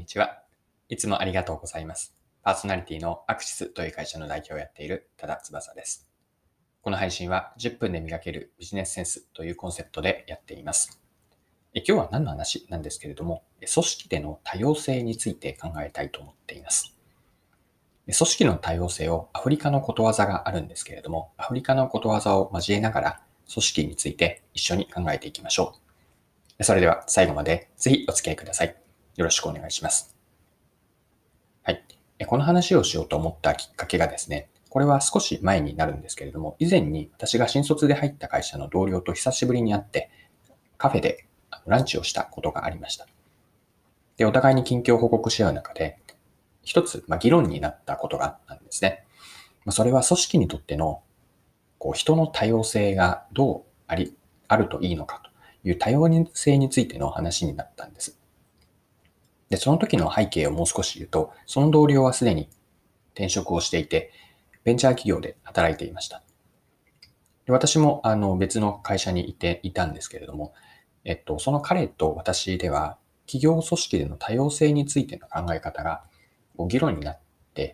ちは。いつもありがとうございます。パーソナリティのアクシスという会社の代表をやっている多田翼です。この配信は10分で磨けるビジネスセンスというコンセプトでやっています。今日は何の話なんですけれども、組織での多様性について考えたいと思っています。組織の多様性をアフリカのことわざがあるんですけれども、アフリカのことわざを交えながら組織について一緒に考えていきましょう。それでは最後までぜひお付き合いください。よろしくお願いします。はい。この話をしようと思ったきっかけがですね、これは少し前になるんですけれども、以前に私が新卒で入った会社の同僚と久しぶりに会って、カフェでランチをしたことがありました。で、お互いに近況を報告し合う中で、一つ、議論になったことがあったんですね。それは組織にとっての人の多様性がどうあるといいのかという多様性についての話になったんです。で、その時の背景をもう少し言うと、その同僚はすでに転職をしていて、ベンチャー企業で働いていました。で、私も別の会社にいたんですけれども、その彼と私では、企業組織での多様性についての考え方が議論になって、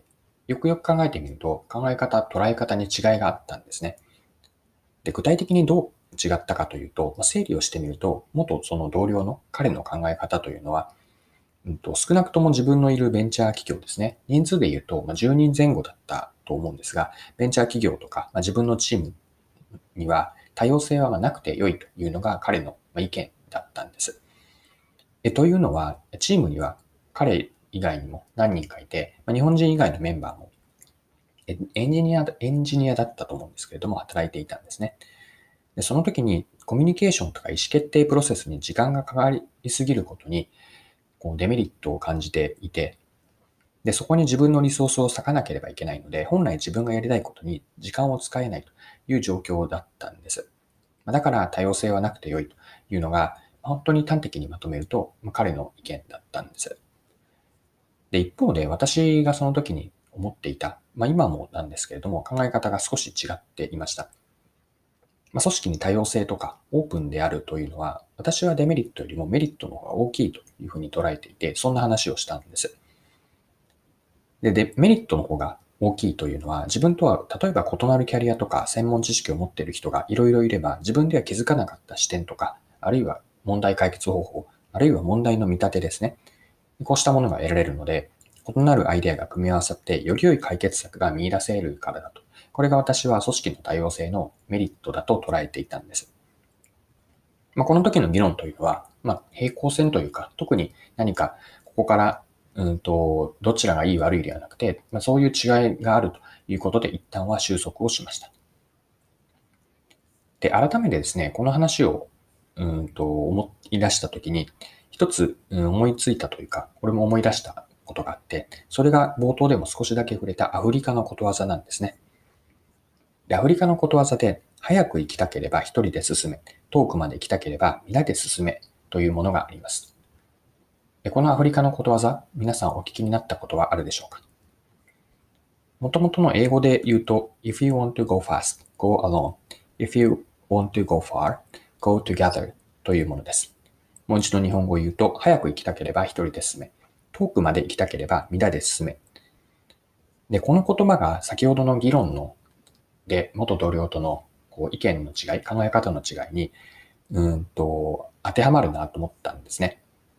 よくよく考えてみると、考え方、捉え方に違いがあったんですね。で、具体的にどう違ったかというと、整理をしてみると、元その同僚の彼の考え方というのは、少なくとも自分のいるベンチャー企業ですね。人数で言うと、10人前後だったと思うんですが、ベンチャー企業とか、自分のチームには多様性はなくて良いというのが彼の意見だったんです。というのは、チームには彼以外にも何人かいて、日本人以外のメンバーもエンジニアだったと思うんですけれども、働いていたんですね。で、その時にコミュニケーションとか意思決定プロセスに時間がかかりすぎることに、デメリットを感じていて、で、そこに自分のリソースを割かなければいけないので、本来自分がやりたいことに時間を使えないという状況だったんです。だから多様性はなくて良いというのが、本当に端的にまとめると、彼の意見だったんです。で、一方で私がその時に思っていた、今もなんですけれども、考え方が少し違っていました。組織に多様性とかオープンであるというのは、私はデメリットよりもメリットの方が大きいというふうに捉えていて、そんな話をしたんです。で、メリットの方が大きいというのは、自分とは例えば異なるキャリアとか専門知識を持っている人がいろいろいれば、自分では気づかなかった視点とか、あるいは問題解決方法、あるいは問題の見立てですね。こうしたものが得られるので、異なるアイデアが組み合わさって、より良い解決策が見出せるからだと。これが私は組織の多様性のメリットだと捉えていたんです。この時の議論というのは、平行線というか、特に何かここからどちらがいい悪いではなくて、そういう違いがあるということで一旦は収束をしました。で、改めてですね、この話を思い出したときに、一つ思いついたというか、これも思い出したことがあって、それが冒頭でも少しだけ触れたアフリカのことわざなんですね。で、アフリカのことわざで、早く行きたければ一人で進め、遠くまで行きたければ皆で進めというものがあります。で、このアフリカのことわざ、皆さんお聞きになったことはあるでしょうか？もともとの英語で言うと、If you want to go fast, go alone. If you want to go far, go together というものです。もう一度日本語を言うと、早く行きたければ一人で進め。遠くまで行きたければ皆で進め。で、この言葉が先ほどの議論で元同僚との意見の違い、考え方の違いに、当てはまるなと思ったんですね。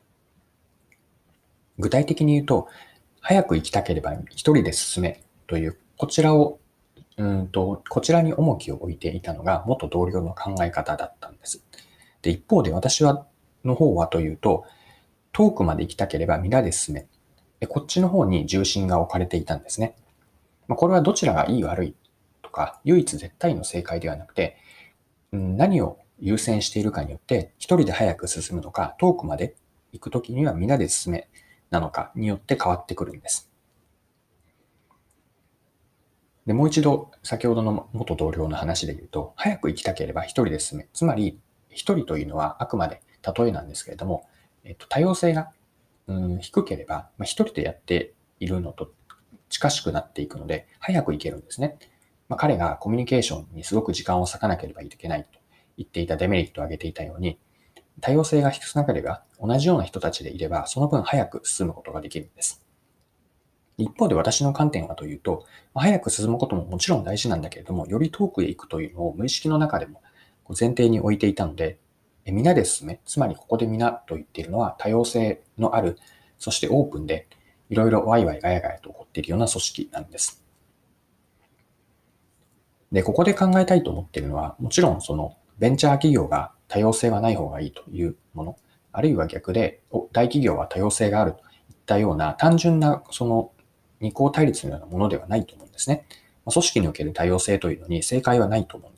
具体的に言うと、早く行きたければ一人で進めという、こちらに重きを置いていたのが元同僚の考え方だったんです。で、一方で私の方はというと、遠くまで行きたければ皆で進め。こっちの方に重心が置かれていたんですね。これはどちらがいい悪いとか、唯一絶対の正解ではなくて、何を優先しているかによって、一人で早く進むのか、遠くまで行くときには皆で進めなのかによって変わってくるんです。で、もう一度、先ほどの元同僚の話で言うと、早く行きたければ一人で進め。つまり、一人というのはあくまで例えなんですけれども、多様性が低ければ、一人でやっているのと近しくなっていくので、早く行けるんですね。彼がコミュニケーションにすごく時間を割かなければいけないと言っていたデメリットを挙げていたように、 多様性が少なければ同じような人たちでいればその分早く進むことができるんです。一方で私の観点はというと、早く進むことももちろん大事なんだけれども、より遠くへ行くというのを無意識の中でも前提に置いていたので、皆で進め、つまりここで皆と言っているのは多様性のある、そしてオープンで、いろいろワイワイガヤガヤと起こっているような組織なんです。で、ここで考えたいと思っているのは、もちろんそのベンチャー企業が多様性はない方がいいというもの、あるいは逆で大企業は多様性があるといったような単純なその二項対立のようなものではないと思うんですね。組織における多様性というのに正解はないと思うんです。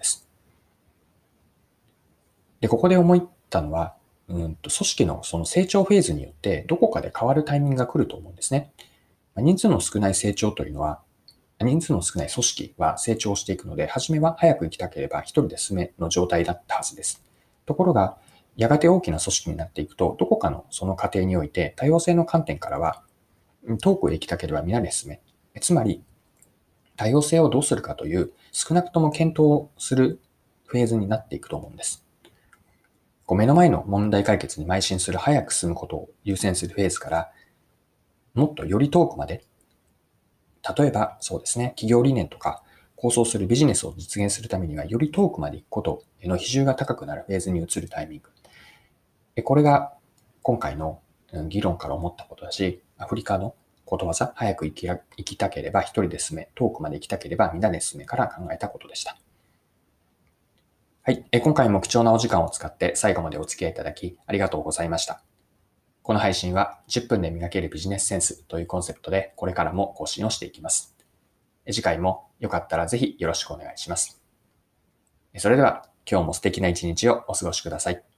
で、ここで思ったのは、組織のその成長フェーズによってどこかで変わるタイミングが来ると思うんですね。人数の少ない成長というのは、人数の少ない組織は成長していくので、初めは早く行きたければ一人で進めの状態だったはずです。ところが、やがて大きな組織になっていくと、どこかのその過程において多様性の観点からは、遠くへ行きたければ皆で進め。つまり、多様性をどうするかという、少なくとも検討するフェーズになっていくと思うんです。目の前の問題解決に邁進する早く進むことを優先するフェーズから、もっとより遠くまで、例えばそうですね、企業理念とか構想するビジネスを実現するためには、より遠くまで行くことへの比重が高くなるフェーズに移るタイミング。これが今回の議論から思ったことだし、アフリカのことわざ、早く行きたければ一人で進め、遠くまで行きたければ皆で進めから考えたことでした。はい。今回も貴重なお時間を使って最後までお付き合いいただきありがとうございました。この配信は10分で磨けるビジネスセンスというコンセプトでこれからも更新をしていきます。次回もよかったらぜひよろしくお願いします。それでは今日も素敵な一日をお過ごしください。